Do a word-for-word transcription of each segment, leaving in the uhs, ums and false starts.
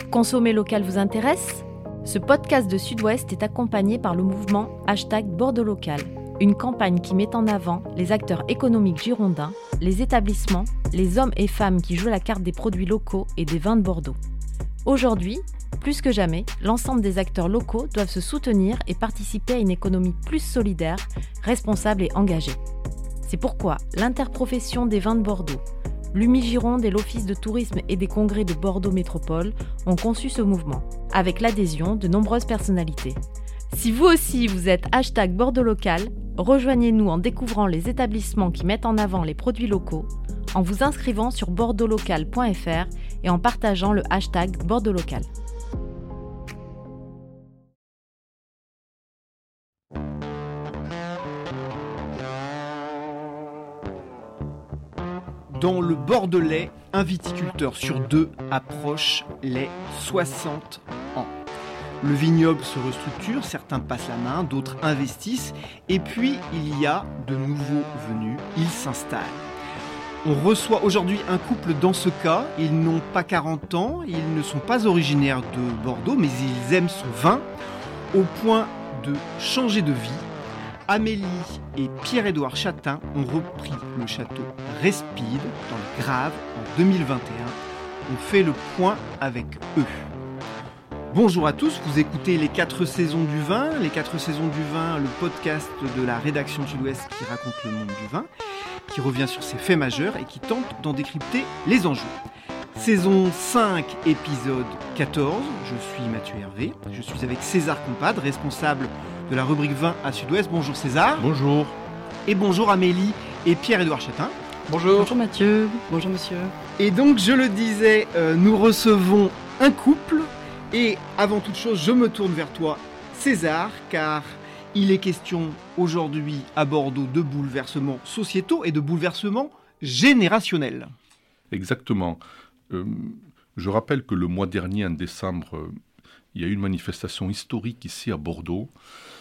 Consommer local vous intéresse ? Ce podcast de Sud-Ouest est accompagné par le mouvement hashtag Bordeaux Local, une campagne qui met en avant les acteurs économiques girondins, les établissements, les hommes et femmes qui jouent la carte des produits locaux et des vins de Bordeaux. Aujourd'hui, plus que jamais, l'ensemble des acteurs locaux doivent se soutenir et participer à une économie plus solidaire, responsable et engagée. C'est pourquoi l'interprofession des vins de Bordeaux, l'U M I Gironde et l'Office de tourisme et des congrès de Bordeaux Métropole ont conçu ce mouvement, avec l'adhésion de nombreuses personnalités. Si vous aussi vous êtes hashtag Bordeaux Local, rejoignez-nous en découvrant les établissements qui mettent en avant les produits locaux, en vous inscrivant sur bordeaux local point f r et en partageant le hashtag Bordeaux Local. Dans le Bordelais, un viticulteur sur deux approche les soixante ans. Le vignoble se restructure, certains passent la main, d'autres investissent, et puis il y a de nouveaux venus, ils s'installent. On reçoit aujourd'hui un couple dans ce cas, ils n'ont pas quarante ans, ils ne sont pas originaires de Bordeaux, mais ils aiment son vin, au point de changer de vie. Amélie et Pierre-Édouard Chatin ont repris le château Respide dans le Grave en deux mille vingt et un. On fait le point avec eux. Bonjour à tous, vous écoutez Les quatre saisons du vin. Les quatre saisons du vin, le podcast de la rédaction de Sud-Ouest qui raconte le monde du vin, qui revient sur ses faits majeurs et qui tente d'en décrypter les enjeux. Saison cinq, épisode quatorze, je suis Mathieu Hervé, je suis avec César Compadre, responsable de la rubrique vin à Sud-Ouest. Bonjour César. Bonjour. Et bonjour Amélie et Pierre-Édouard Chatin. Bonjour. Bonjour Mathieu. Bonjour monsieur. Et donc je le disais, euh, nous recevons un couple. Et avant toute chose, je me tourne vers toi César, car il est question aujourd'hui à Bordeaux de bouleversements sociétaux et de bouleversements générationnels. Exactement. Euh, je rappelle que le mois dernier, en décembre, euh, il y a eu une manifestation historique ici à Bordeaux,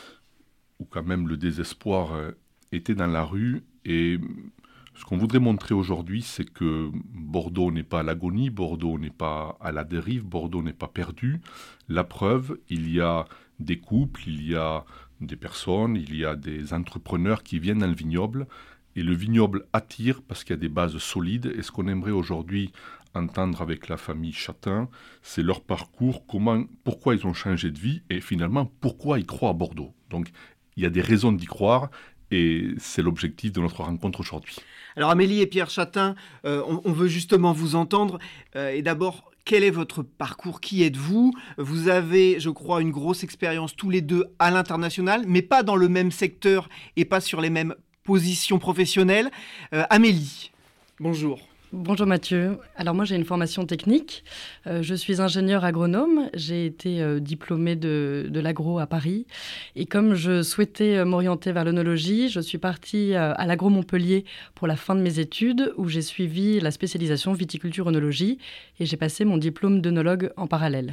où quand même le désespoir euh, était dans la rue. Et ce qu'on voudrait montrer aujourd'hui, c'est que Bordeaux n'est pas à l'agonie, Bordeaux n'est pas à la dérive, Bordeaux n'est pas perdu. La preuve, il y a des couples, il y a des personnes, il y a des entrepreneurs qui viennent dans le vignoble. Et le vignoble attire parce qu'il y a des bases solides. Et ce qu'on aimerait aujourd'hui entendre avec la famille Chatin, c'est leur parcours, comment, pourquoi ils ont changé de vie et finalement pourquoi ils croient à Bordeaux. Donc il y a des raisons d'y croire et c'est l'objectif de notre rencontre aujourd'hui. Alors Amélie et Pierre Chatin, euh, on, on veut justement vous entendre. Euh, et d'abord, quel est votre parcours ? Qui êtes-vous ? Vous avez, je crois, une grosse expérience tous les deux à l'international, mais pas dans le même secteur et pas sur les mêmes positions professionnelles. Euh, Amélie, bonjour. Bonjour Mathieu. Alors moi j'ai une formation technique. Euh, je suis ingénieur agronome. J'ai été euh, diplômée de, de l'agro à Paris. Et comme je souhaitais euh, m'orienter vers l'œnologie, je suis partie euh, à l'agro Montpellier pour la fin de mes études où j'ai suivi la spécialisation viticulture-œnologie et j'ai passé mon diplôme d'œnologue en parallèle.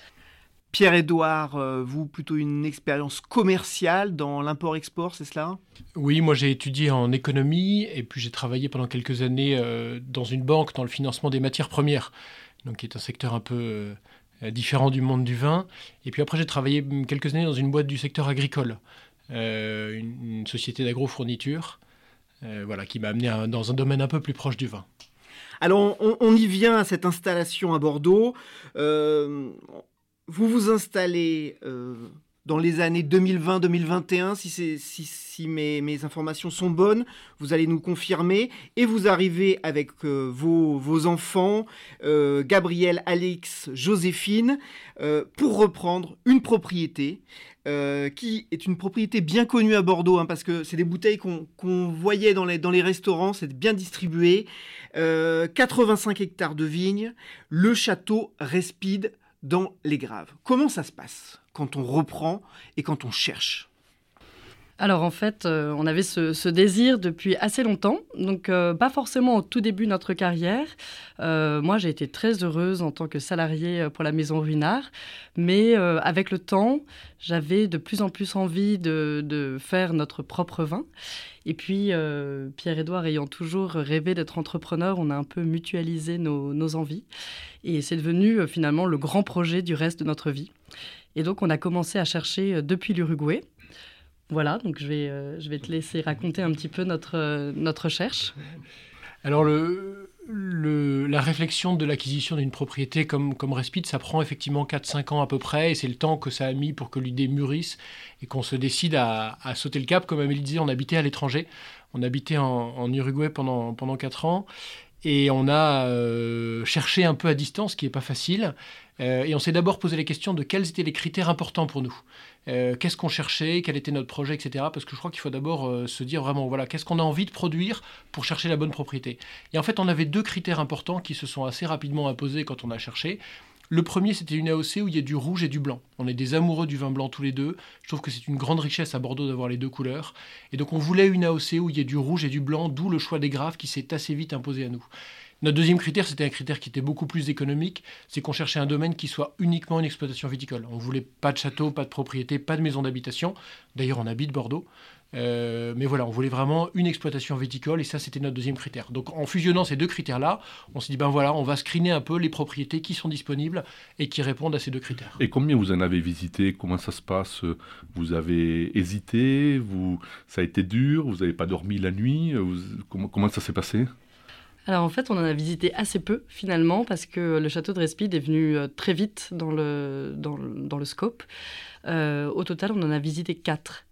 Pierre-Édouard, euh, vous, plutôt une expérience commerciale dans l'import-export, c'est cela ? Oui, moi j'ai étudié en économie et puis j'ai travaillé pendant quelques années euh, dans une banque dans le financement des matières premières, donc qui est un secteur un peu euh, différent du monde du vin. Et puis après j'ai travaillé quelques années dans une boîte du secteur agricole, euh, une, une société d'agrofourniture, euh, voilà, qui m'a amené à, dans un domaine un peu plus proche du vin. Alors on, on y vient à cette installation à Bordeaux. Euh, Vous vous installez euh, dans les années deux mille vingt deux mille vingt et un, si, c'est, si, si mes, mes informations sont bonnes, vous allez nous confirmer. Et vous arrivez avec euh, vos, vos enfants, euh, Gabriel, Alix, Joséphine, euh, pour reprendre une propriété euh, qui est une propriété bien connue à Bordeaux, hein, parce que c'est des bouteilles qu'on, qu'on voyait dans les, dans les restaurants, c'est bien distribué. Euh, quatre-vingt-cinq hectares de vignes, le château Respide dans les Graves. Comment ça se passe quand on reprend et quand on cherche ? Alors en fait, euh, on avait ce, ce désir depuis assez longtemps, donc euh, pas forcément au tout début de notre carrière. Euh, moi, j'ai été très heureuse en tant que salariée pour la Maison Ruinart, mais euh, avec le temps, j'avais de plus en plus envie de, de faire notre propre vin. Et puis, euh, Pierre-Édouard ayant toujours rêvé d'être entrepreneur, on a un peu mutualisé nos, nos envies. Et c'est devenu euh, finalement le grand projet du reste de notre vie. Et donc, on a commencé à chercher euh, depuis l'Uruguay. Voilà, donc je vais, euh, je vais te laisser raconter un petit peu notre, euh, notre recherche. Alors, le, le, la réflexion de l'acquisition d'une propriété comme, comme Respide, ça prend effectivement quatre à cinq ans à peu près, et c'est le temps que ça a mis pour que l'idée mûrisse et qu'on se décide à, à sauter le cap. Comme Amélie disait, on habitait à l'étranger, on habitait en, en Uruguay pendant, pendant quatre ans, et on a euh, cherché un peu à distance, ce qui n'est pas facile, euh, et on s'est d'abord posé la question de quels étaient les critères importants pour nous. Euh, qu'est-ce qu'on cherchait, quel était notre projet, et cetera. Parce que je crois qu'il faut d'abord euh, se dire vraiment, voilà, qu'est-ce qu'on a envie de produire pour chercher la bonne propriété. Et en fait, on avait deux critères importants qui se sont assez rapidement imposés quand on a cherché. Le premier, c'était une A O C où il y a du rouge et du blanc. On est des amoureux du vin blanc tous les deux. Je trouve que c'est une grande richesse à Bordeaux d'avoir les deux couleurs. Et donc, on voulait une A O C où il y a du rouge et du blanc, d'où le choix des graves qui s'est assez vite imposé à nous. Notre deuxième critère, c'était un critère qui était beaucoup plus économique, c'est qu'on cherchait un domaine qui soit uniquement une exploitation viticole. On ne voulait pas de château, pas de propriété, pas de maison d'habitation. D'ailleurs, on habite Bordeaux. Euh, mais voilà, on voulait vraiment une exploitation viticole et ça, c'était notre deuxième critère. Donc, en fusionnant ces deux critères-là, on s'est dit, ben voilà, on va screener un peu les propriétés qui sont disponibles et qui répondent à ces deux critères. Et combien vous en avez visité? Comment ça se passe? Vous avez hésité? vous... Ça a été dur? Vous n'avez pas dormi la nuit? vous... comment, comment ça s'est passé? Alors en fait, on en a visité assez peu finalement parce que le château de Respide est venu euh, très vite dans le, dans le, dans le scope. Euh, au total, on en a visité quatre.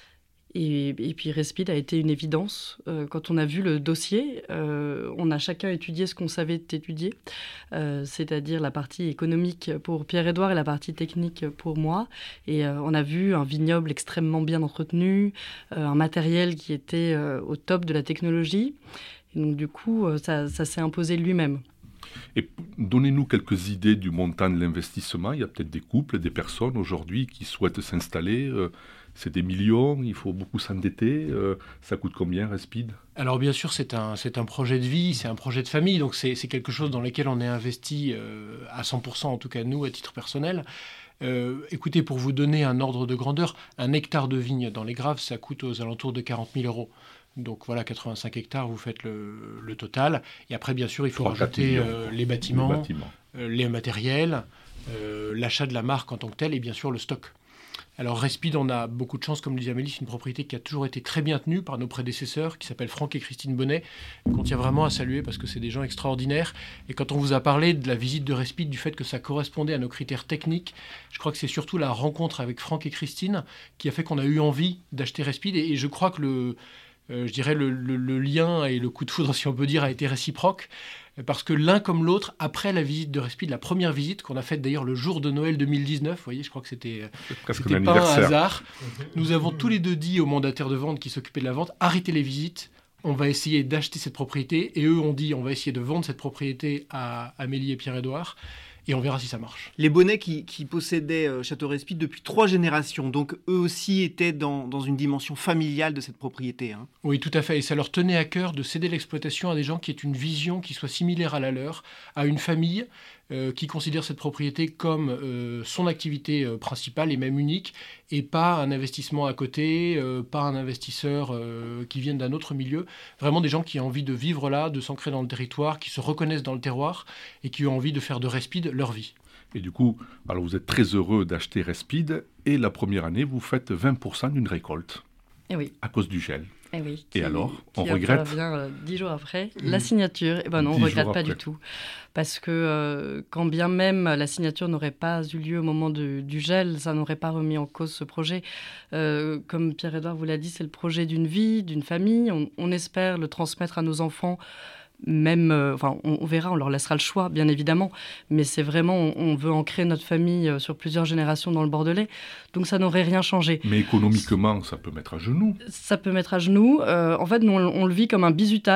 Et, et puis Respide a été une évidence. Euh, quand on a vu le dossier, euh, on a chacun étudié ce qu'on savait étudier, euh, c'est-à-dire la partie économique pour Pierre-Édouard et la partie technique pour moi. Et euh, on a vu un vignoble extrêmement bien entretenu, euh, un matériel qui était euh, au top de la technologie. Et donc, du coup, ça, ça s'est imposé lui-même. Et donnez-nous quelques idées du montant de l'investissement. Il y a peut-être des couples, des personnes aujourd'hui qui souhaitent s'installer. Euh, c'est des millions, il faut beaucoup s'endetter. Euh, ça coûte combien, Respide? Alors bien sûr, c'est un, c'est un projet de vie, c'est un projet de famille. Donc c'est, c'est quelque chose dans lequel on est investi euh, à cent pour cent, en tout cas nous, à titre personnel. Euh, écoutez, pour vous donner un ordre de grandeur, un hectare de vigne dans les Graves, ça coûte aux alentours de quarante mille euros. Donc voilà, quatre-vingt-cinq hectares, vous faites le, le total. Et après, bien sûr, il faut rajouter euh, les bâtiments, les, bâtiments. Euh, les matériels, euh, l'achat de la marque en tant que telle et bien sûr le stock. Alors Respide, on a beaucoup de chance, comme le disait Amélie, c'est une propriété qui a toujours été très bien tenue par nos prédécesseurs, qui s'appellent Franck et Christine Bonnet, qu'on tient vraiment à saluer parce que c'est des gens extraordinaires. Et quand on vous a parlé de la visite de Respide, du fait que ça correspondait à nos critères techniques, je crois que c'est surtout la rencontre avec Franck et Christine qui a fait qu'on a eu envie d'acheter Respide. Et, et je crois que le... Euh, je dirais le, le, le lien et le coup de foudre, si on peut dire, a été réciproque. Parce que l'un comme l'autre, après la visite de Respide, la première visite qu'on a faite d'ailleurs le jour de Noël deux mille dix-neuf, vous voyez, je crois que c'était, c'était pas un hasard. Nous avons tous les deux dit au mandataire de vente qui s'occupait de la vente, arrêtez les visites, on va essayer d'acheter cette propriété. Et eux ont dit, on va essayer de vendre cette propriété à Amélie et Pierre-Édouard. Et on verra si ça marche. Les Bonnet qui, qui possédaient euh, Château Respide depuis trois générations, donc eux aussi étaient dans, dans une dimension familiale de cette propriété. Hein. Oui, tout à fait. Et ça leur tenait à cœur de céder l'exploitation à des gens qui aient une vision qui soit similaire à la leur, à une famille euh, qui considère cette propriété comme euh, son activité euh, principale et même unique, et pas un investissement à côté, euh, pas un investisseur euh, qui vienne d'un autre milieu. Vraiment des gens qui ont envie de vivre là, de s'ancrer dans le territoire, qui se reconnaissent dans le terroir et qui ont envie de faire de Respide leur vie. Et du coup, alors vous êtes très heureux d'acheter Respide et la première année, vous faites vingt pour cent d'une récolte. Et oui. À cause du gel. Et oui. Et qui, alors, on qui regrette intervient euh, dix jours après la signature. Et ben non, on ne regrette pas après. Du tout. Parce que euh, quand bien même la signature n'aurait pas eu lieu au moment de, du gel, ça n'aurait pas remis en cause ce projet. Euh, comme Pierre-Édouard vous l'a dit, c'est le projet d'une vie, d'une famille. On, on espère le transmettre à nos enfants. Même, euh, enfin, on, on verra, on leur laissera le choix, bien évidemment, mais c'est vraiment, on, on veut ancrer notre famille euh, sur plusieurs générations dans le Bordelais, donc ça n'aurait rien changé. Mais économiquement, ça peut mettre à genoux. Ça peut mettre à genoux. Euh, en fait, nous, on, on le vit comme un bizutage.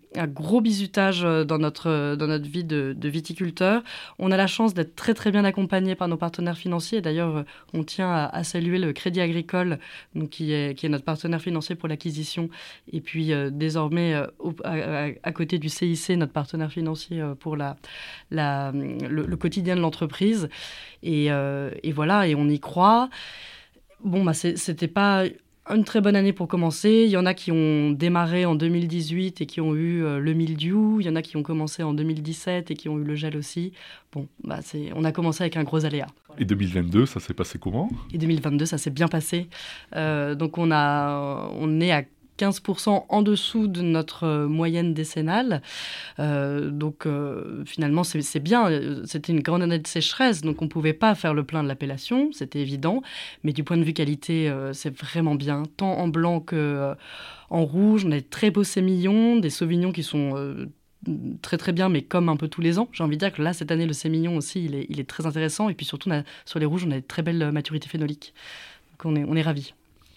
un gros bizutage dans notre, dans notre vie de, de viticulteur. On a la chance d'être très très bien accompagné par nos partenaires financiers. D'ailleurs, on tient à, à saluer le Crédit Agricole, donc qui, est, qui est notre partenaire financier pour l'acquisition, et puis euh, désormais euh, au, à, à côté du C I C, notre partenaire financier euh, pour la, la, le, le quotidien de l'entreprise. Et, euh, et voilà, et on y croit. Bon, bah, c'est, c'était pas une très bonne année pour commencer. Il y en a qui ont démarré en deux mille dix-huit et qui ont eu euh, le mildiou. Il y en a qui ont commencé en deux mille dix-sept et qui ont eu le gel aussi. Bon, bah c'est, on a commencé avec un gros aléa. Et deux mille vingt-deux, ça s'est passé comment ? Et deux mille vingt-deux, ça s'est bien passé. Euh, donc on, a, on est à quinze pour cent en dessous de notre moyenne décennale. Euh, donc euh, finalement, c'est, c'est bien. C'était une grande année de sécheresse, donc on ne pouvait pas faire le plein de l'appellation, c'était évident. Mais du point de vue qualité, euh, c'est vraiment bien, tant en blanc qu'en euh, rouge. On a des très beaux sémillons, des sauvignons qui sont euh, très très bien, mais comme un peu tous les ans. J'ai envie de dire que là, cette année, le sémillon aussi, il est, il est très intéressant. Et puis surtout, on a, sur les rouges, on a des très belles maturités phénoliques. Donc on est, on est ravis.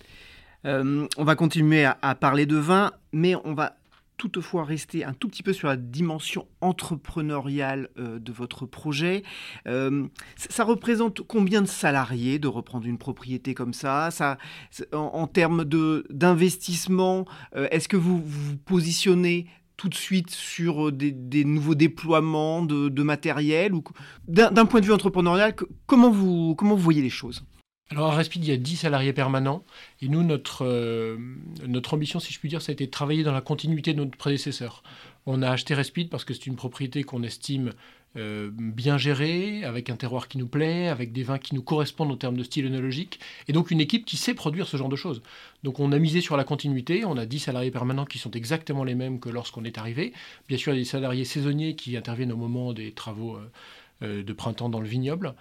Euh, on va continuer à, à parler de vin, mais on va toutefois rester un tout petit peu sur la dimension entrepreneuriale euh, de votre projet. Euh, ça, ça représente combien de salariés de reprendre une propriété comme ça, ça en, en termes de, d'investissement, euh, est-ce que vous vous positionnez tout de suite sur des, des nouveaux déploiements de, de matériel ou, d'un, d'un point de vue entrepreneurial, que, comment, vous, comment vous voyez les choses ? Alors à Respide, il y a dix salariés permanents. Et nous, notre, euh, notre ambition, si je puis dire, ça a été de travailler dans la continuité de notre prédécesseur. On a acheté Respide parce que c'est une propriété qu'on estime euh, bien gérée, avec un terroir qui nous plaît, avec des vins qui nous correspondent en termes de style œnologique, et donc une équipe qui sait produire ce genre de choses. Donc on a misé sur la continuité, on a dix salariés permanents qui sont exactement les mêmes que lorsqu'on est arrivé. Bien sûr, il y a des salariés saisonniers qui interviennent au moment des travaux euh, euh, de printemps dans le vignoble.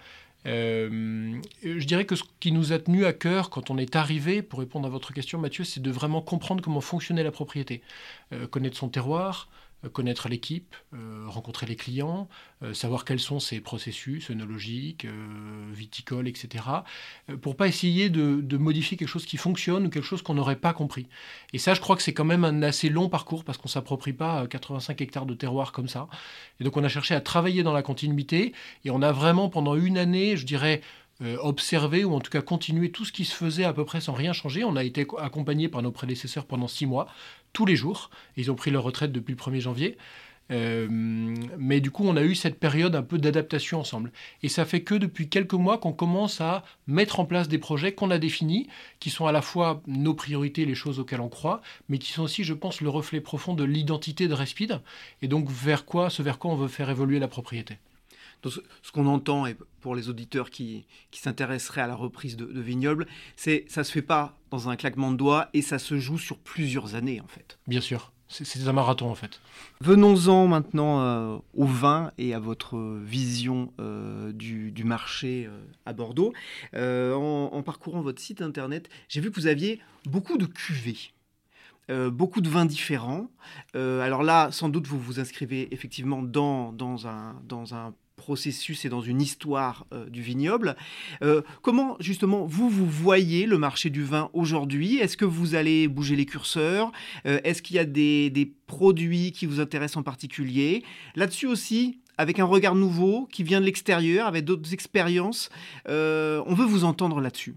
Euh, je dirais que ce qui nous a tenu à cœur quand on est arrivé, pour répondre à votre question Mathieu, c'est de vraiment comprendre comment fonctionnait la propriété, euh, connaître son terroir, euh, connaître l'équipe, euh, rencontrer les clients, euh, savoir quels sont ses processus œnologiques, euh, viticoles, et cetera, euh, pour pas essayer de, de modifier quelque chose qui fonctionne ou quelque chose qu'on n'aurait pas compris. Et ça, je crois que c'est quand même un assez long parcours parce qu'on s'approprie pas quatre-vingt-cinq hectares de terroir comme ça. Et donc on a cherché à travailler dans la continuité et on a vraiment pendant une année, je dirais, euh, observé ou en tout cas continué tout ce qui se faisait à peu près sans rien changer. On a été accompagné par nos prédécesseurs pendant six mois, tous les jours. Ils ont pris leur retraite depuis le premier janvier. Euh, mais du coup, on a eu cette période un peu d'adaptation ensemble. Et ça fait que depuis quelques mois qu'on commence à mettre en place des projets qu'on a définis, qui sont à la fois nos priorités, les choses auxquelles on croit, mais qui sont aussi, je pense, le reflet profond de l'identité de Respide, et donc vers quoi, ce vers quoi on veut faire évoluer la propriété. Donc, ce qu'on entend, et pour les auditeurs qui, qui s'intéresseraient à la reprise de, de vignobles, c'est ça se fait pas dans un claquement de doigts et ça se joue sur plusieurs années en fait. Bien sûr, c'est, c'est un marathon en fait. Venons-en maintenant euh, au vin et à votre vision euh, du, du marché euh, à Bordeaux. Euh, en, en parcourant votre site internet, j'ai vu que vous aviez beaucoup de cuvées. Euh, beaucoup de vins différents. Euh, alors là, sans doute, vous vous inscrivez effectivement dans, dans, un, dans un processus et dans une histoire euh, du vignoble. Euh, comment, justement, vous, vous voyez le marché du vin aujourd'hui ? Est-ce que vous allez bouger les curseurs ? euh, Est-ce qu'il y a des, des produits qui vous intéressent en particulier ? Là-dessus aussi, avec un regard nouveau qui vient de l'extérieur, avec d'autres expériences, euh, on veut vous entendre là-dessus.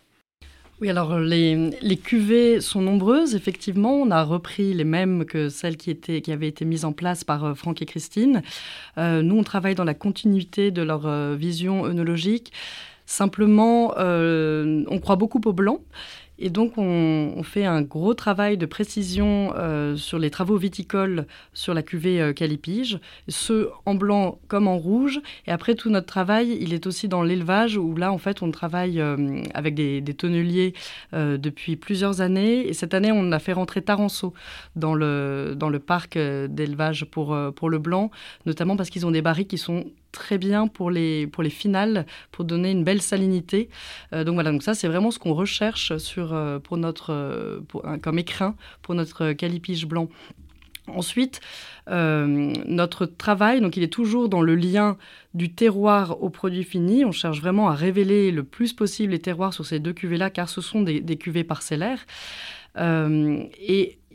Oui, alors les, les cuvées sont nombreuses, effectivement. On a repris les mêmes que celles qui, étaient, qui avaient été mises en place par euh, Franck et Christine. Euh, nous, on travaille dans la continuité de leur euh, vision œnologique. Simplement, euh, on croit beaucoup au blanc. Et donc, on, on fait un gros travail de précision euh, sur les travaux viticoles sur la cuvée euh, Calipige, ceux en blanc comme en rouge. Et après, tout notre travail, il est aussi dans l'élevage, où là, en fait, on travaille euh, avec des, des tonneliers euh, depuis plusieurs années. Et cette année, on a fait rentrer Taranceau dans le, dans le parc euh, d'élevage pour, euh, pour le blanc, notamment parce qu'ils ont des barriques qui sont très bien pour les, pour les finales, pour donner une belle salinité. Euh, donc voilà, donc ça, c'est vraiment ce qu'on recherche sur, euh, pour notre, euh, pour, hein, comme écrin pour notre Calipige blanc. Ensuite, euh, notre travail, donc il est toujours dans le lien du terroir au produit fini. On cherche vraiment à révéler le plus possible les terroirs sur ces deux cuvées-là, car ce sont des, des cuvées parcellaires. Euh, et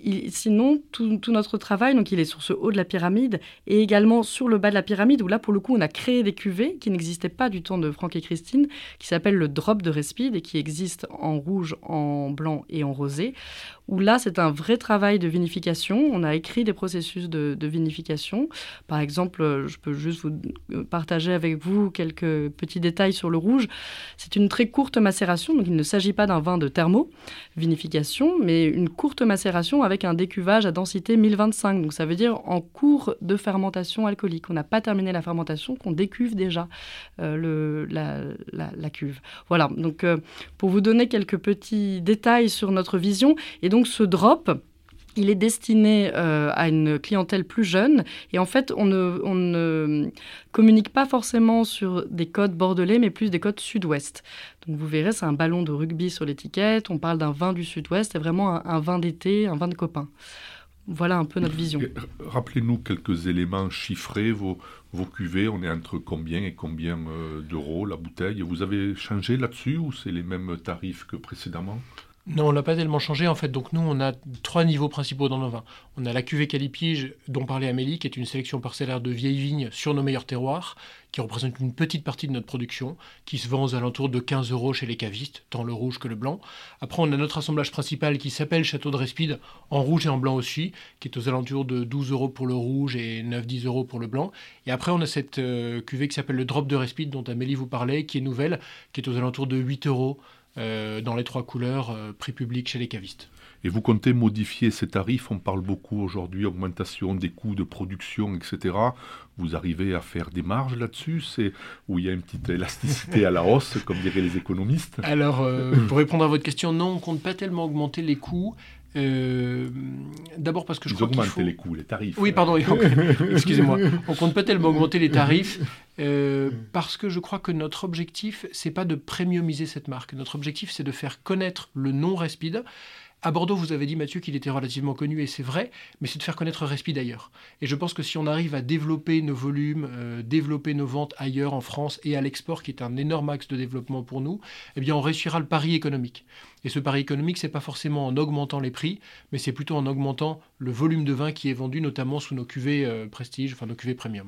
il, sinon, tout, tout notre travail, donc il est sur ce haut de la pyramide et également sur le bas de la pyramide, où là, pour le coup, on a créé des cuvées qui n'existaient pas du temps de Franck et Christine, qui s'appellent le drop de Respide et qui existent en rouge, en blanc et en rosé, où là, c'est un vrai travail de vinification. On a écrit des processus de, de vinification. Par exemple, je peux juste vous partager avec vous quelques petits détails sur le rouge. C'est une très courte macération, donc il ne s'agit pas d'un vin de thermo, vinification, mais une courte macération avec un décuvage à densité mille vingt-cinq. Donc ça veut dire en cours de fermentation alcoolique. On n'a pas terminé la fermentation, qu'on décuve déjà euh, le, la, la, la cuve. Voilà, donc euh, pour vous donner quelques petits détails sur notre vision. Et donc ce drop, il est destiné euh, à une clientèle plus jeune. Et en fait, on ne, on ne communique pas forcément sur des codes bordelais, mais plus des codes sud-ouest. Donc vous verrez, c'est un ballon de rugby sur l'étiquette. On parle d'un vin du sud-ouest. C'est vraiment un, un vin d'été, un vin de copain. Voilà un peu notre vision. Rappelez-nous quelques éléments chiffrés. Vos, vos cuvées, on est entre combien et combien euh, d'euros la bouteille? Vous avez changé là-dessus ou c'est les mêmes tarifs que précédemment? Non, on n'a pas tellement changé en fait. Donc nous, on a trois niveaux principaux dans nos vins. On a la cuvée Calipige dont parlait Amélie, qui est une sélection parcellaire de vieilles vignes sur nos meilleurs terroirs, qui représente une petite partie de notre production, qui se vend aux alentours de quinze euros chez les cavistes, tant le rouge que le blanc. Après, on a notre assemblage principal qui s'appelle Château de Respide, en rouge et en blanc aussi, qui est aux alentours de douze euros pour le rouge et neuf à dix euros pour le blanc. Et après, on a cette euh, cuvée qui s'appelle le Drop de Respide, dont Amélie vous parlait, qui est nouvelle, qui est aux alentours de huit euros. Euh, dans les trois couleurs, euh, prix public chez les cavistes. Et vous comptez modifier ces tarifs? On parle beaucoup aujourd'hui, augmentation des coûts de production, et cetera. Vous arrivez à faire des marges là-dessus? C'est où il y a une petite élasticité à la hausse, comme diraient les économistes? Alors, euh, pour répondre à votre question, non, on ne compte pas tellement augmenter les coûts. Euh, d'abord parce que je Ils crois qu'il augmentent faut... les coûts, les tarifs. Oui, pardon, excusez-moi. On ne compte pas tellement augmenter les tarifs euh, parce que je crois que notre objectif, c'est pas de premiumiser cette marque. Notre objectif, c'est de faire connaître le nom Respide. À Bordeaux, vous avez dit, Mathieu, qu'il était relativement connu, et c'est vrai, mais c'est de faire connaître Respide ailleurs. Et je pense que si on arrive à développer nos volumes, euh, développer nos ventes ailleurs, en France et à l'export, qui est un énorme axe de développement pour nous, eh bien, on réussira le pari économique. Et ce pari économique, c'est pas forcément en augmentant les prix, mais c'est plutôt en augmentant le volume de vin qui est vendu, notamment sous nos cuvées euh, prestige, enfin nos cuvées premium.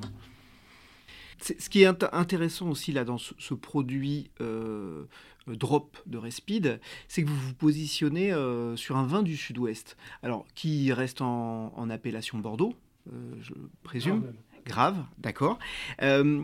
C'est, ce qui est int- intéressant aussi là dans ce, ce produit euh, drop de Respide, c'est que vous vous positionnez euh, sur un vin du Sud-Ouest, alors qui reste en, en appellation Bordeaux, euh, je présume. Grave, Grave d'accord. Euh,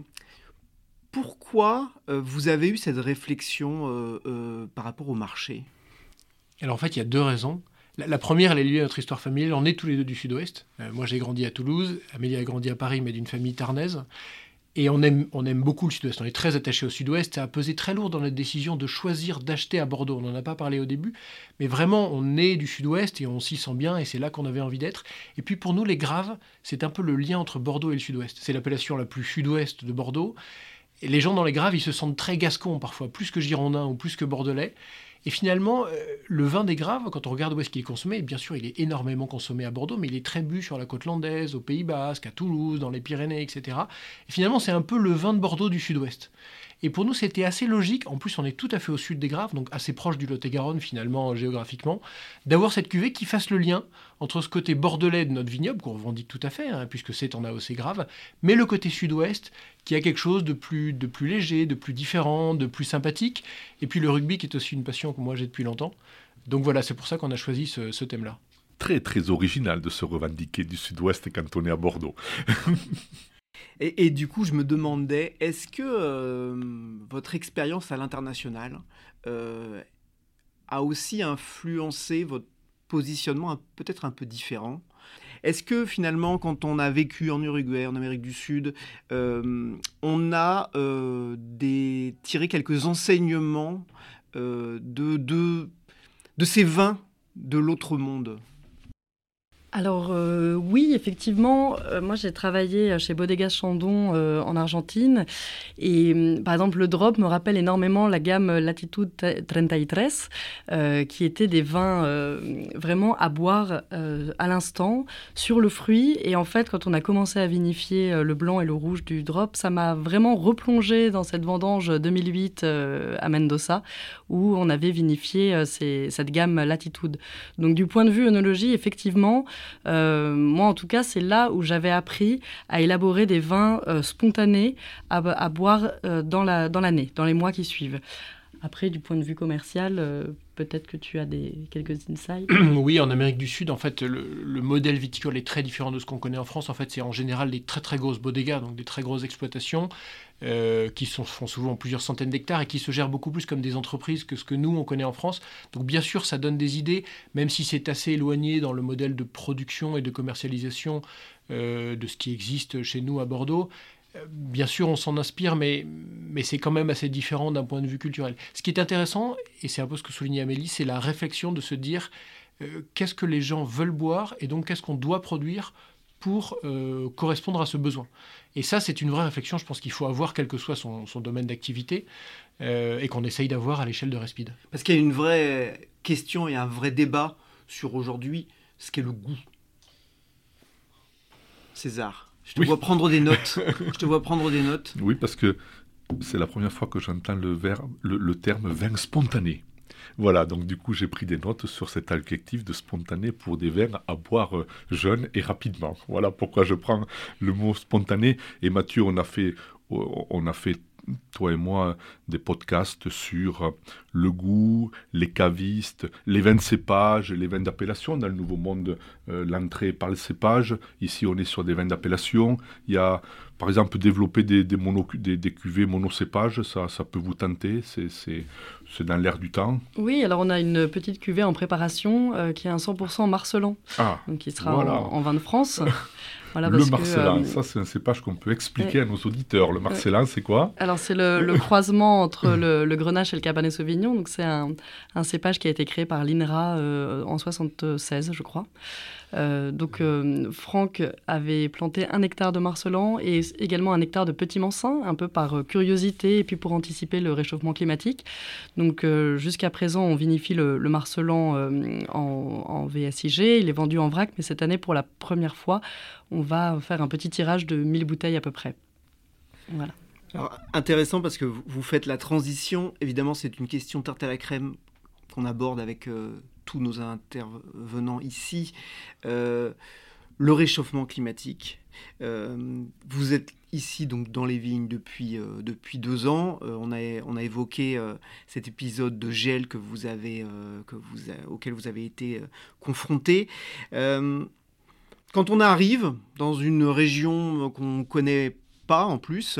pourquoi euh, vous avez eu cette réflexion euh, euh, par rapport au marché? Alors en fait, il y a deux raisons. La, la première, elle est liée à notre histoire familiale. On est tous les deux du Sud-Ouest. Euh, moi, j'ai grandi à Toulouse. Amélie a grandi à Paris, mais d'une famille tarnaise. Et on aime, on aime beaucoup le Sud-Ouest. On est très attaché au Sud-Ouest. Ça a pesé très lourd dans notre décision de choisir d'acheter à Bordeaux. On n'en a pas parlé au début, mais vraiment, on est du Sud-Ouest et on s'y sent bien. Et c'est là qu'on avait envie d'être. Et puis pour nous, les Graves, c'est un peu le lien entre Bordeaux et le Sud-Ouest. C'est l'appellation la plus Sud-Ouest de Bordeaux. Et les gens dans les Graves, ils se sentent très gascons parfois, plus que girondins ou plus que bordelais. Et finalement, euh, le vin des Graves, quand on regarde où est-ce qu'il est consommé, bien sûr, il est énormément consommé à Bordeaux, mais il est très bu sur la côte landaise, au Pays Basque, à Toulouse, dans les Pyrénées, et cetera. Et finalement, c'est un peu le vin de Bordeaux du Sud-Ouest. Et pour nous, c'était assez logique, en plus on est tout à fait au sud des Graves, donc assez proche du Lot-et-Garonne finalement géographiquement, d'avoir cette cuvée qui fasse le lien entre ce côté bordelais de notre vignoble, qu'on revendique tout à fait, hein, puisque c'est en A O C Grave, mais le côté sud-ouest, qui a quelque chose de plus, de plus léger, de plus différent, de plus sympathique, et puis le rugby qui est aussi une passion que moi j'ai depuis longtemps. Donc voilà, c'est pour ça qu'on a choisi ce, ce thème-là. Très très original de se revendiquer du sud-ouest quand on est à Bordeaux. Et, et du coup, je me demandais, est-ce que euh, votre expérience à l'international euh, a aussi influencé votre positionnement un, peut-être un peu différent? Est-ce que finalement, quand on a vécu en Uruguay, en Amérique du Sud, euh, on a euh, des, tiré quelques enseignements euh, de, de, de ces vins de l'autre monde? Alors euh, oui, effectivement, euh, moi j'ai travaillé chez Bodegas Chandon euh, en Argentine et euh, par exemple le drop me rappelle énormément la gamme Latitude trente-tres euh, qui était des vins euh, vraiment à boire euh, à l'instant sur le fruit et en fait quand on a commencé à vinifier euh, le blanc et le rouge du drop, ça m'a vraiment replongé dans cette vendange deux mille huit euh, à Mendoza où on avait vinifié euh, ces, cette gamme Latitude. Donc du point de vue œnologie, effectivement, Euh, moi, en tout cas, c'est là où j'avais appris à élaborer des vins euh, spontanés à, à boire euh, dans, la, dans l'année, dans les mois qui suivent. Après, du point de vue commercial, euh, peut-être que tu as des, quelques insights. Oui, en Amérique du Sud, en fait, le, le modèle viticole est très différent de ce qu'on connaît en France. En fait, c'est en général des très très grosses bodegas, donc des très grosses exploitations euh, qui sont, font souvent plusieurs centaines d'hectares et qui se gèrent beaucoup plus comme des entreprises que ce que nous, on connaît en France. Donc bien sûr, ça donne des idées, même si c'est assez éloigné dans le modèle de production et de commercialisation euh, de ce qui existe chez nous à Bordeaux. Bien sûr, on s'en inspire, mais, mais c'est quand même assez différent d'un point de vue culturel. Ce qui est intéressant, et c'est un peu ce que soulignait Amélie, c'est la réflexion de se dire euh, qu'est-ce que les gens veulent boire et donc qu'est-ce qu'on doit produire pour euh, correspondre à ce besoin. Et ça, c'est une vraie réflexion, je pense qu'il faut avoir, quel que soit son, son domaine d'activité, euh, et qu'on essaye d'avoir à l'échelle de Respide. Parce qu'il y a une vraie question et un vrai débat sur aujourd'hui ce qu'est le goût. César, je te oui. vois prendre des notes. Je te vois prendre des notes. Oui, parce que c'est la première fois que j'entends le, verbe, le, le terme vin spontané. Voilà, donc du coup, j'ai pris des notes sur cet adjectif de spontané pour des vins à boire euh, jeunes et rapidement. Voilà pourquoi je prends le mot spontané. Et Mathieu, on a fait, on a fait toi et moi, des podcasts sur le goût, les cavistes, les vins de cépage, les vins d'appellation. Dans le Nouveau Monde, euh, l'entrée par le cépage. Ici, on est sur des vins d'appellation. Il y a, par exemple, développer des, des, mono, des, des cuvées monocépages, ça, ça peut vous tenter, c'est, c'est, c'est dans l'air du temps. Oui, alors on a une petite cuvée en préparation euh, qui est un cent pour cent Marcelin, ah, donc qui sera voilà. en, en vin de France. Voilà, le parce Marcellin, que, euh, ça c'est un cépage qu'on peut expliquer ouais. à nos auditeurs. Le Marcellin, c'est quoi ? Alors c'est le, le croisement entre le, le Grenache et le Cabernet Sauvignon. Donc c'est un, un cépage qui a été créé par l'I N R A euh, en soixante-seize, je crois. Euh, donc euh, Franck avait planté un hectare de Marcelin et également un hectare de Petit Mansin, un peu par euh, curiosité et puis pour anticiper le réchauffement climatique. Donc euh, jusqu'à présent, on vinifie le, le Marcelin euh, en, en V S I G. Il est vendu en vrac, mais cette année, pour la première fois, on va faire un petit tirage de mille bouteilles à peu près. Voilà. Alors, intéressant parce que vous faites la transition. Évidemment, c'est une question tarte à la crème qu'on aborde avec euh, tous nos intervenants ici. Euh, le réchauffement climatique. Euh, vous êtes ici donc dans les vignes depuis, euh, depuis deux ans. Euh, on, a, on a évoqué euh, cet épisode de gel que vous avez, euh, que vous a, auquel vous avez été euh, confronté. Euh, quand on arrive dans une région qu'on ne connaît pas en plus,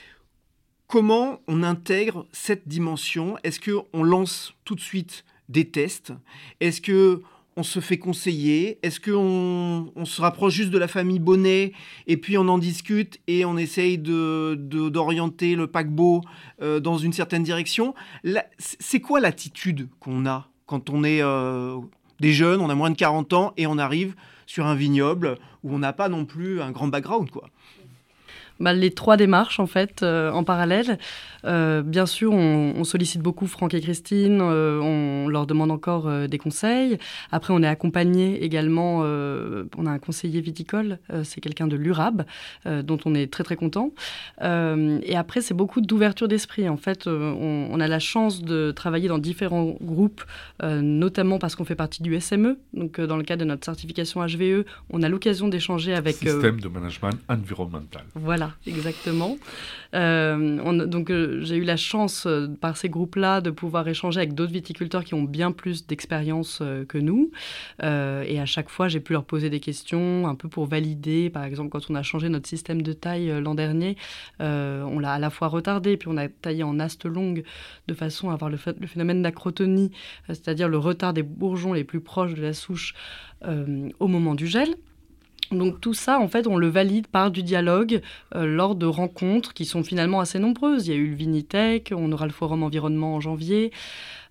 comment on intègre cette dimension ? Est-ce qu'on lance tout de suite des tests ? Est-ce qu'on se fait conseiller ? Est-ce qu'on on se rapproche juste de la famille Bonnet et puis on en discute et on essaye de, de, d'orienter le paquebot euh, dans une certaine direction ? La, c'est quoi l'attitude qu'on a quand on est euh, des jeunes, on a moins de quarante ans et on arrive sur un vignoble où on n'a pas non plus un grand background, quoi ? Bah, les trois démarches, en fait, euh, en parallèle. Euh, bien sûr, on, on sollicite beaucoup Franck et Christine, euh, on leur demande encore euh, des conseils. Après, on est accompagné également, euh, on a un conseiller viticole, euh, c'est quelqu'un de l'U R A B, euh, dont on est très très content. Euh, et après, c'est beaucoup d'ouverture d'esprit. En fait, euh, on, on a la chance de travailler dans différents groupes, euh, notamment parce qu'on fait partie du S M E. Donc, euh, dans le cadre de notre certification H V E, on a l'occasion d'échanger avec... Système euh, de management environnemental. Voilà, exactement. Euh, on, donc, euh, j'ai eu la chance, euh, par ces groupes-là, de pouvoir échanger avec d'autres viticulteurs qui ont bien plus d'expérience euh, que nous. Euh, et à chaque fois, j'ai pu leur poser des questions, un peu pour valider. Par exemple, quand on a changé notre système de taille euh, l'an dernier, euh, on l'a à la fois retardé, puis on a taillé en aste longue, de façon à avoir le, fait, le phénomène d'acrotonie, euh, c'est-à-dire le retard des bourgeons les plus proches de la souche euh, au moment du gel. Donc tout ça, en fait, on le valide par du dialogue euh, lors de rencontres qui sont finalement assez nombreuses. Il y a eu le Vinitech, on aura le Forum Environnement en janvier.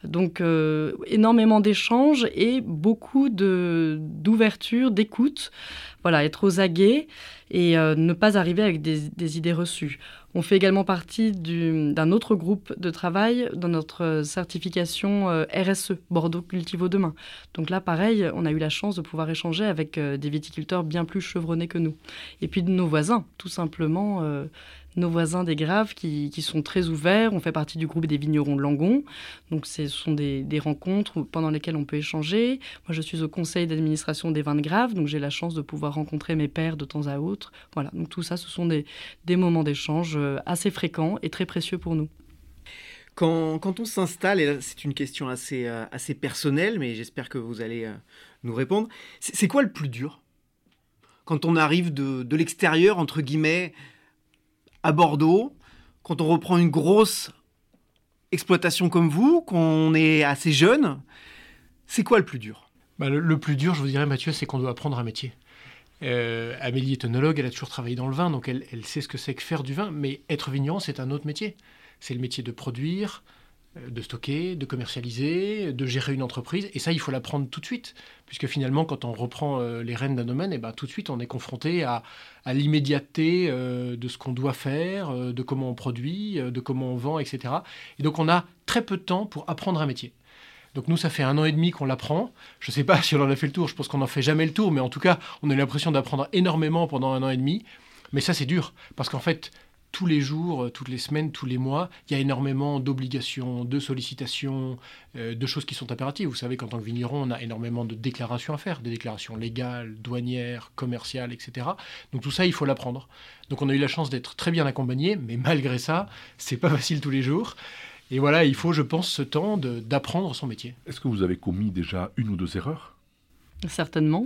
Donc, euh, énormément d'échanges et beaucoup de, d'ouverture, d'écoute. Voilà, être aux aguets et euh, ne pas arriver avec des, des idées reçues. On fait également partie du, d'un autre groupe de travail dans notre certification euh, R S E, Bordeaux Cultivo Demain. Donc là, pareil, on a eu la chance de pouvoir échanger avec euh, des viticulteurs bien plus chevronnés que nous. Et puis de nos voisins, tout simplement, euh, nos voisins des Graves qui, qui sont très ouverts. On fait partie du groupe des vignerons de Langon. Donc ce sont des, des rencontres pendant lesquelles on peut échanger. Moi, je suis au conseil d'administration des vins de Graves, donc j'ai la chance de pouvoir rencontrer mes pairs de temps à autre. Voilà, donc tout ça, ce sont des, des moments d'échange assez fréquents et très précieux pour nous. Quand, quand on s'installe, et là c'est une question assez, euh, assez personnelle, mais j'espère que vous allez euh, nous répondre, c'est, c'est quoi le plus dur quand on arrive de, de l'extérieur, entre guillemets, à Bordeaux, quand on reprend une grosse exploitation comme vous, qu'on est assez jeune, c'est quoi le plus dur ? Bah, le, le plus dur, je vous dirais, Mathieu, c'est qu'on doit apprendre un métier. Euh, Amélie est œnologue, elle a toujours travaillé dans le vin, donc elle, elle sait ce que c'est que faire du vin, mais être vigneron, c'est un autre métier. C'est le métier de produire, de stocker, de commercialiser, de gérer une entreprise, et ça, il faut l'apprendre tout de suite, puisque finalement, quand on reprend euh, les rênes d'un domaine, et ben, tout de suite, on est confronté à, à l'immédiateté euh, de ce qu'on doit faire, euh, de comment on produit, euh, de comment on vend, et cetera. Et donc, on a très peu de temps pour apprendre un métier. Donc nous, ça fait un an et demi qu'on l'apprend. Je ne sais pas si on en a fait le tour, je pense qu'on n'en fait jamais le tour, mais en tout cas, on a eu l'impression d'apprendre énormément pendant un an et demi. Mais ça, c'est dur, parce qu'en fait, tous les jours, toutes les semaines, tous les mois, il y a énormément d'obligations, de sollicitations, euh, de choses qui sont impératives. Vous savez qu'en tant que vigneron, on a énormément de déclarations à faire, des déclarations légales, douanières, commerciales, et cetera. Donc tout ça, il faut l'apprendre. Donc on a eu la chance d'être très bien accompagnés, mais malgré ça, c'est pas facile tous les jours. Et voilà, il faut, je pense, ce temps de, d'apprendre son métier. Est-ce que vous avez commis déjà une ou deux erreurs ? Certainement.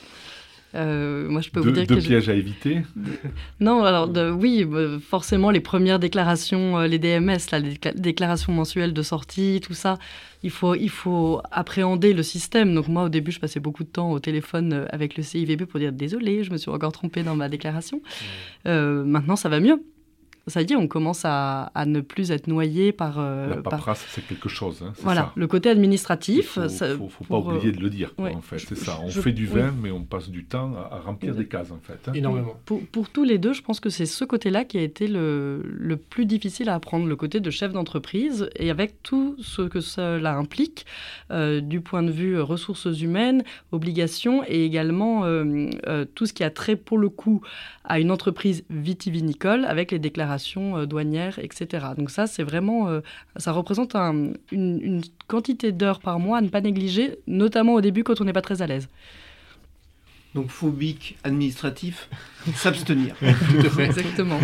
Euh, moi, je peux de, vous dire de que pièges je... à éviter ? Non, alors de, oui, forcément, les premières déclarations, les D M S, là, les déclarations mensuelles de sortie, tout ça, il faut, il faut appréhender le système. Donc moi, au début, je passais beaucoup de temps au téléphone avec le C I V B pour dire « Désolé, je me suis encore trompée dans ma déclaration mmh. ». Euh, maintenant, ça va mieux. Ça y est, on commence à, à ne plus être noyé par... Euh, la paperasse, par... c'est quelque chose. Hein, c'est voilà, ça. Le côté administratif... Il ne faut, faut, faut pour, pas oublier de le dire, quoi, ouais, en fait. C'est ça, on je, fait du vin, oui. mais on passe du temps à, à remplir oui. des cases, en fait. Hein. Énormément. Pour, pour tous les deux, je pense que c'est ce côté-là qui a été le, le plus difficile à apprendre, le côté de chef d'entreprise, et avec tout ce que cela implique, euh, du point de vue ressources humaines, obligations, et également euh, euh, tout ce qui a trait, pour le coup, à une entreprise vitivinicole, avec les déclarations euh, douanières, et cetera. Donc ça, c'est vraiment, euh, ça représente un, une, une quantité d'heures par mois à ne pas négliger, notamment au début quand on n'est pas très à l'aise. Donc phobique administratif, s'abstenir. Exactement.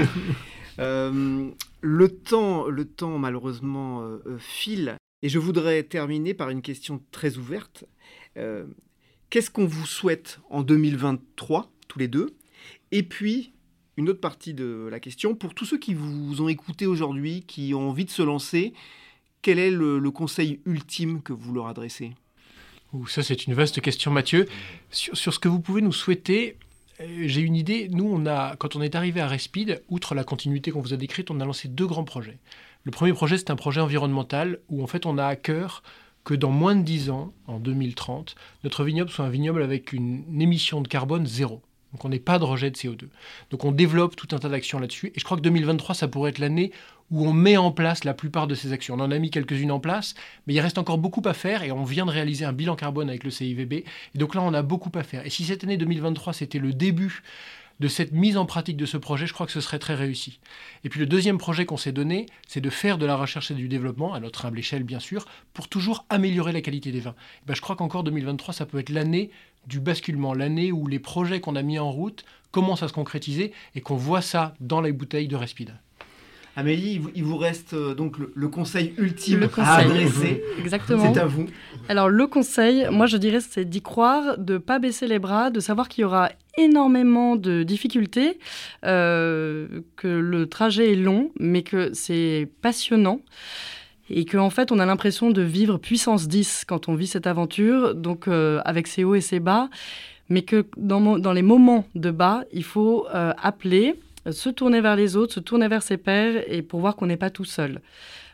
euh, le temps, le temps malheureusement euh, file, et je voudrais terminer par une question très ouverte. Euh, qu'est-ce qu'on vous souhaite en deux mille vingt-trois, tous les deux ? Et puis une autre partie de la question, pour tous ceux qui vous ont écouté aujourd'hui, qui ont envie de se lancer, quel est le, le conseil ultime que vous leur adressez ? Ouh, ça, c'est une vaste question, Mathieu. Sur, sur ce que vous pouvez nous souhaiter, euh, j'ai une idée. Nous, on a, quand on est arrivé à Respide, outre la continuité qu'on vous a décrite, on a lancé deux grands projets. Le premier projet, c'est un projet environnemental où, en fait, on a à cœur que dans moins de dix ans, en deux mille trente, notre vignoble soit un vignoble avec une, une émission de carbone zéro. Donc on n'est pas de rejet de C O deux. Donc on développe tout un tas d'actions là-dessus. Et je crois que deux mille vingt-trois, ça pourrait être l'année où on met en place la plupart de ces actions. On en a mis quelques-unes en place, mais il reste encore beaucoup à faire. Et on vient de réaliser un bilan carbone avec le C I V B. Et donc là, on a beaucoup à faire. Et si cette année deux mille vingt-trois, c'était le début de cette mise en pratique de ce projet, je crois que ce serait très réussi. Et puis le deuxième projet qu'on s'est donné, c'est de faire de la recherche et du développement, à notre humble échelle bien sûr, pour toujours améliorer la qualité des vins. Et ben, je crois qu'encore deux mille vingt-trois, ça peut être l'année du basculement, l'année où les projets qu'on a mis en route commencent à se concrétiser et qu'on voit ça dans les bouteilles de Respide. Amélie, il vous reste donc le, le conseil ultime le conseil. à adresser. Exactement. C'est à vous. Alors le conseil, moi je dirais, c'est d'y croire, de ne pas baisser les bras, de savoir qu'il y aura énormément de difficultés, euh, que le trajet est long, mais que c'est passionnant. Et qu'en fait, on a l'impression de vivre puissance dix quand on vit cette aventure, donc euh, avec ses hauts et ses bas, mais que dans, dans les moments de bas, il faut euh, appeler, se tourner vers les autres, se tourner vers ses pairs, et pour voir qu'on n'est pas tout seul.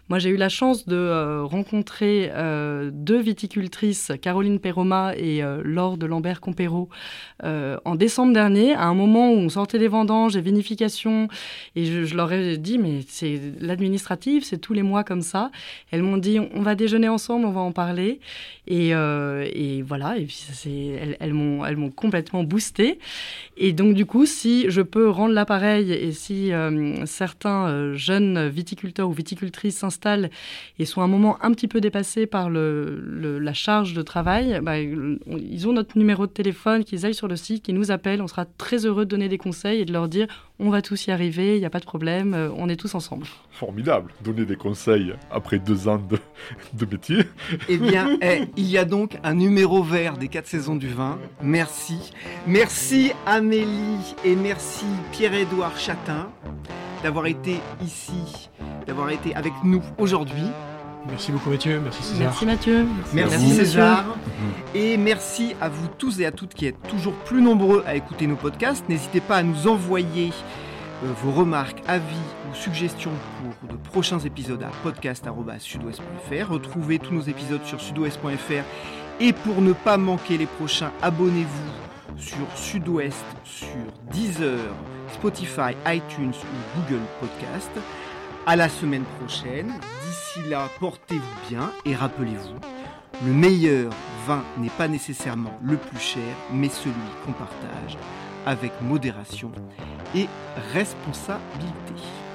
Moi, j'ai eu la chance de euh, rencontrer euh, deux viticultrices, Caroline Perroma et euh, Laure de Lambert-Compérault, euh, en décembre dernier, à un moment où on sortait des vendanges et vinification. Et je, je leur ai dit, mais c'est l'administratif, c'est tous les mois comme ça. Elles m'ont dit, on va déjeuner ensemble, on va en parler. Et, euh, et voilà, et puis ça, c'est, elles, elles, m'ont, elles m'ont complètement boostée. Et donc, du coup, si je peux rendre l'appareil et si euh, certains euh, jeunes viticulteurs ou viticultrices s'installent et sont à un moment un petit peu dépassés par le, le, la charge de travail, bah, ils ont notre numéro de téléphone, qu'ils aillent sur le site, qu'ils nous appellent. On sera très heureux de donner des conseils et de leur dire on va tous y arriver, il n'y a pas de problème, on est tous ensemble. Formidable, donner des conseils après deux ans de, de métier. Eh bien, eh, il y a donc un numéro vert des quatre saisons du vin. Merci. Merci Amélie et merci Pierre-Édouard Chatin d'avoir été ici, d'avoir été avec nous aujourd'hui. Merci beaucoup Mathieu, merci César. Merci Mathieu. Merci, merci César. Mmh. Et merci à vous tous et à toutes qui êtes toujours plus nombreux à écouter nos podcasts. N'hésitez pas à nous envoyer euh, vos remarques, avis ou suggestions pour de prochains épisodes à podcast arobase sudouest point f r. Retrouvez tous nos épisodes sur sudouest point f r. Et pour ne pas manquer les prochains, abonnez-vous sur Sud-Ouest, sur Deezer, Spotify, iTunes ou Google Podcast. À la semaine prochaine. D'ici là, portez-vous bien et rappelez-vous, le meilleur vin n'est pas nécessairement le plus cher, mais celui qu'on partage avec modération et responsabilité.